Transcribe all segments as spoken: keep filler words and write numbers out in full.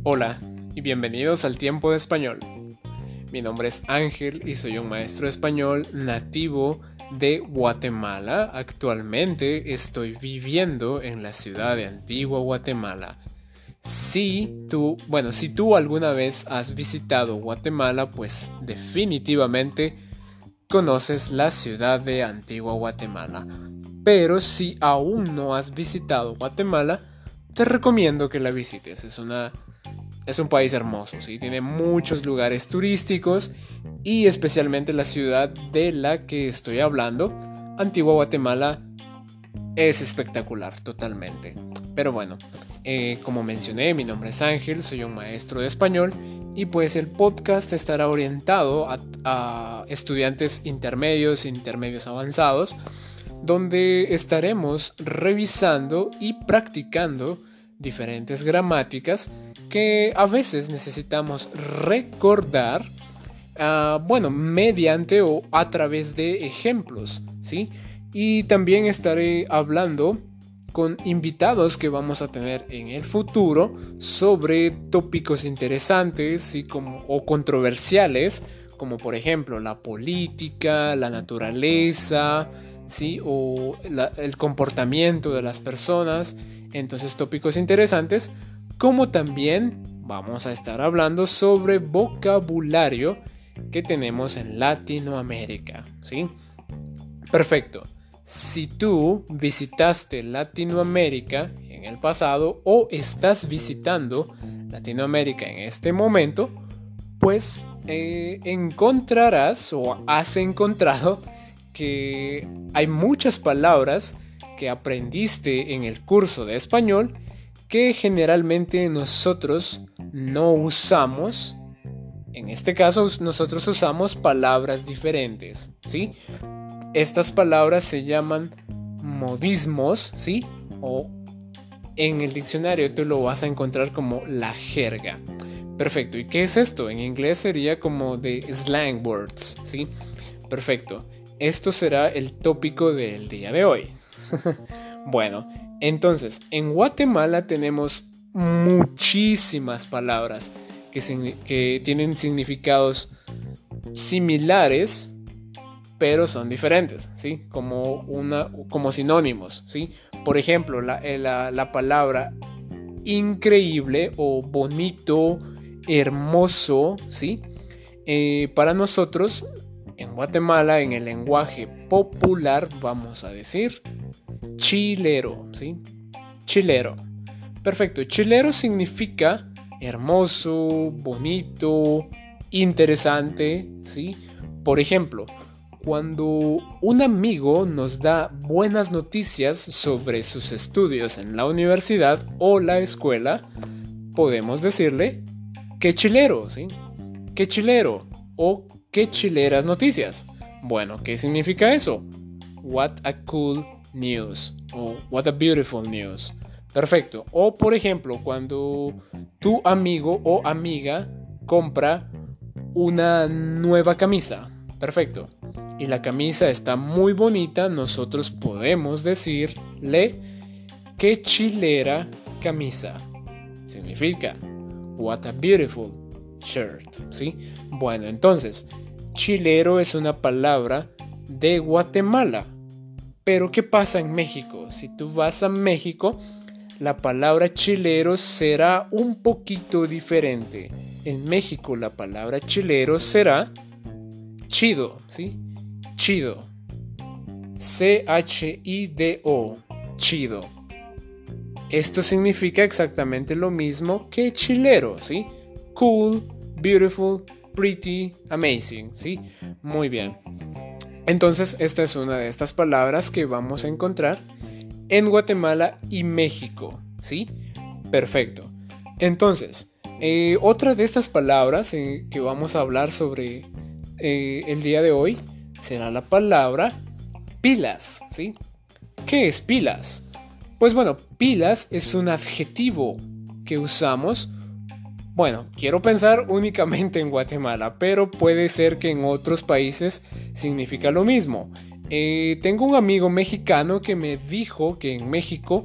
Hola y bienvenidos al Tiempo de Español. Mi nombre es Ángel y soy un maestro de español nativo de Guatemala. Actualmente estoy viviendo en la ciudad de Antigua, Guatemala. Si tú, bueno, si tú alguna vez has visitado Guatemala, pues definitivamente conoces la ciudad de Antigua, Guatemala. Pero si aún no has visitado Guatemala, te recomiendo que la visites. Es una Es un país hermoso, ¿sí? Tiene muchos lugares turísticos y especialmente la ciudad de la que estoy hablando, Antigua Guatemala, es espectacular totalmente. Pero bueno, eh, como mencioné, mi nombre es Ángel, soy un maestro de español y pues el podcast estará orientado a, a estudiantes intermedios e intermedios avanzados, donde estaremos revisando y practicando diferentes gramáticas que a veces necesitamos recordar, uh, bueno, mediante o a través de ejemplos, ¿sí? Y también estaré hablando con invitados que vamos a tener en el futuro sobre tópicos interesantes, ¿sí? Como, o controversiales, como por ejemplo la política, la naturaleza, ¿sí? O la, el comportamiento de las personas. Entonces, tópicos interesantes, como también vamos a estar hablando sobre vocabulario que tenemos en Latinoamérica, ¿sí? Perfecto. Si tú visitaste Latinoamérica en el pasado o estás visitando Latinoamérica en este momento, pues eh, encontrarás o has encontrado que hay muchas palabras que aprendiste en el curso de español que generalmente nosotros no usamos. En este caso nosotros usamos palabras diferentes, ¿sí? Estas palabras se llaman modismos, ¿sí? O en el diccionario tú lo vas a encontrar como la jerga. Perfecto. ¿Y qué es esto? En inglés sería como de slang words, ¿sí? Perfecto. Esto será el tópico del día de hoy. Bueno, entonces, en Guatemala tenemos muchísimas palabras que, que tienen significados similares, pero son diferentes, ¿sí? Como, una, como sinónimos, ¿sí? Por ejemplo, la, la, la palabra increíble o bonito, hermoso, ¿sí? Eh, para nosotros, en Guatemala, en el lenguaje popular, vamos a decir chilero, ¿sí? Chilero. Perfecto. Chilero significa hermoso, bonito, interesante, ¿sí? Por ejemplo, cuando un amigo nos da buenas noticias sobre sus estudios en la universidad o la escuela, podemos decirle qué chilero, ¿sí? Qué chilero o qué chileras noticias. Bueno, ¿qué significa eso? What a cool news o what a beautiful news. Perfecto. O por ejemplo, cuando tu amigo o amiga compra una nueva camisa. Perfecto. Y la camisa está muy bonita, nosotros podemos decirle qué chilera camisa. Significa what a beautiful shirt, ¿sí? Bueno, entonces, chilero es una palabra de Guatemala. Pero ¿qué pasa en México? Si tú vas a México, la palabra chilero será un poquito diferente. En México la palabra chilero será chido, ¿sí? Chido. C H I D O. Chido. Esto significa exactamente lo mismo que chilero, ¿sí? Cool, beautiful, pretty, amazing, ¿sí? Muy bien. Entonces, esta es una de estas palabras que vamos a encontrar en Guatemala y México, ¿sí? Perfecto. Entonces, eh, otra de estas palabras eh, que vamos a hablar sobre eh, el día de hoy será la palabra pilas, ¿sí? ¿Qué es pilas? Pues bueno, pilas es un adjetivo que usamos. Bueno, quiero pensar únicamente en Guatemala, pero puede ser que en otros países significa lo mismo. Eh, tengo un amigo mexicano que me dijo que en México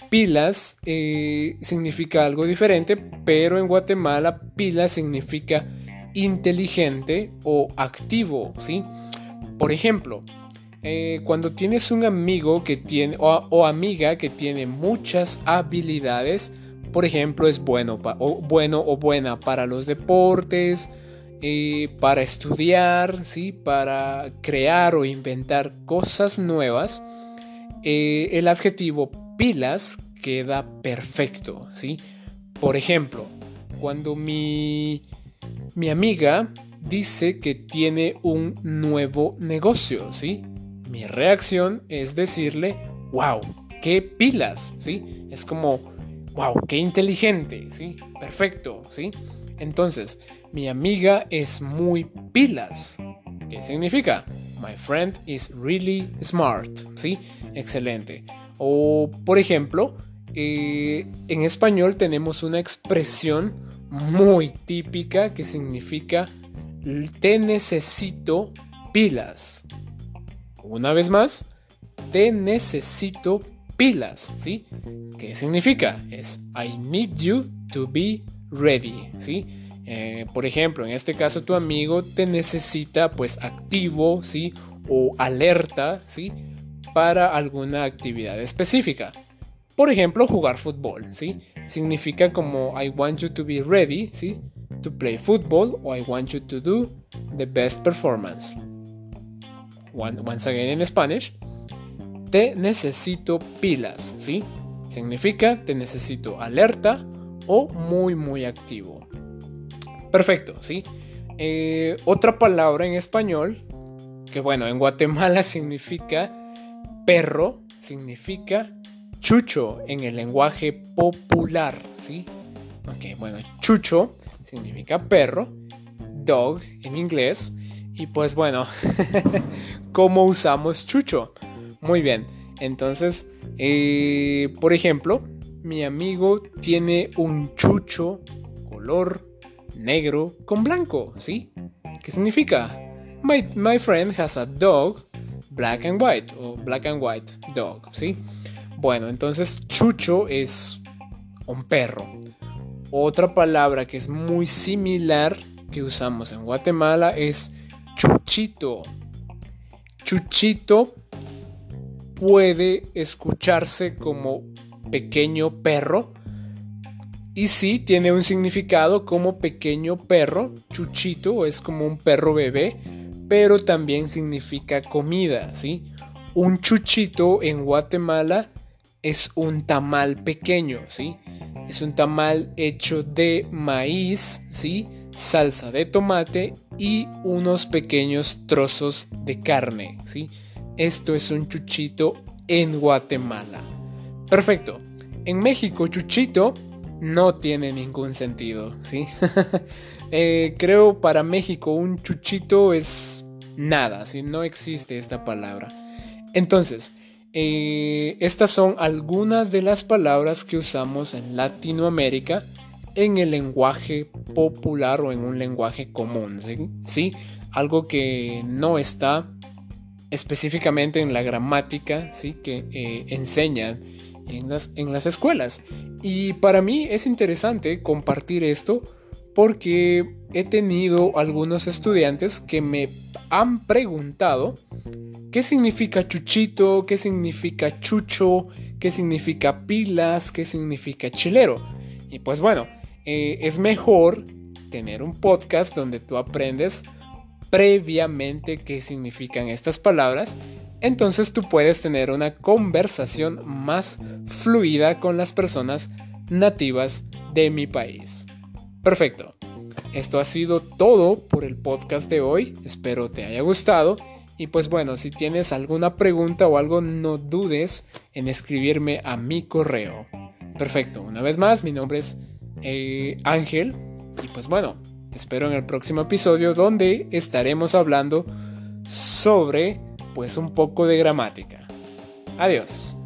pilas eh, significa algo diferente, pero en Guatemala pilas significa inteligente o activo, ¿sí? Por ejemplo, eh, cuando tienes un amigo que tiene o, o amiga que tiene muchas habilidades, por ejemplo, es bueno, pa, o, bueno o buena para los deportes, eh, para estudiar, ¿sí? Para crear o inventar cosas nuevas, eh, el adjetivo pilas queda perfecto, ¿sí? Por ejemplo, cuando mi, mi amiga dice que tiene un nuevo negocio, ¿sí? Mi reacción es decirle, wow, qué pilas, ¿sí? Es como, wow, qué inteligente, ¿sí? Perfecto, ¿sí? Entonces, mi amiga es muy pilas. ¿Qué significa? My friend is really smart, ¿sí? Excelente. O, por ejemplo, eh, en español tenemos una expresión muy típica que significa te necesito pilas. Una vez más, te necesito pilas, ¿sí? ¿Qué significa? Es I need you to be ready, ¿sí? Eh, por ejemplo, en este caso tu amigo te necesita pues activo, ¿sí? O alerta, ¿sí? Para alguna actividad específica. Por ejemplo, jugar fútbol, ¿sí? Significa como I want you to be ready, ¿sí? To play football, o I want you to do the best performance. One, once again in Spanish, te necesito pilas, ¿sí? Significa te necesito alerta o muy muy activo. Perfecto, ¿sí? Eh, otra palabra en español, que bueno, en Guatemala significa perro, significa chucho en el lenguaje popular, ¿sí? Ok, bueno, chucho significa perro, dog en inglés, y pues bueno, ¿cómo usamos chucho? Muy bien, entonces, eh, por ejemplo, mi amigo tiene un chucho color negro con blanco, ¿sí? ¿Qué significa? My, my friend has a dog black and white, o black and white dog, ¿sí? Bueno, entonces chucho es un perro. Otra palabra que es muy similar que usamos en Guatemala es chuchito. Chuchito puede escucharse como pequeño perro y sí tiene un significado como pequeño perro. Chuchito es como un perro bebé, pero también significa comida, ¿sí? Un chuchito en Guatemala es un tamal pequeño, ¿sí? Es un tamal hecho de maíz, ¿sí? Salsa de tomate y unos pequeños trozos de carne, ¿sí? Esto es un chuchito en Guatemala. Perfecto. En México, chuchito no tiene ningún sentido, ¿sí? eh, creo para México un chuchito es nada, ¿sí? No existe esta palabra. Entonces, eh, estas son algunas de las palabras que usamos en Latinoamérica en el lenguaje popular o en un lenguaje común, ¿sí? ¿Sí? Algo que no está específicamente en la gramática, ¿sí? Que eh, enseñan en las, en las escuelas. Y para mí es interesante compartir esto porque he tenido algunos estudiantes que me han preguntado ¿qué significa chuchito? ¿Qué significa chucho? ¿Qué significa pilas? ¿Qué significa chilero? Y pues bueno, eh, es mejor tener un podcast donde tú aprendes previamente qué significan estas palabras. Entonces tú puedes tener una conversación más fluida con las personas nativas de mi país. Perfecto. Esto ha sido todo por el podcast de hoy. Espero te haya gustado. Y pues bueno, si tienes alguna pregunta o algo, no dudes en escribirme a mi correo. Perfecto. Una vez más, mi nombre es eh, Ángel. Y pues bueno, te espero en el próximo episodio donde estaremos hablando sobre pues un poco de gramática. Adiós.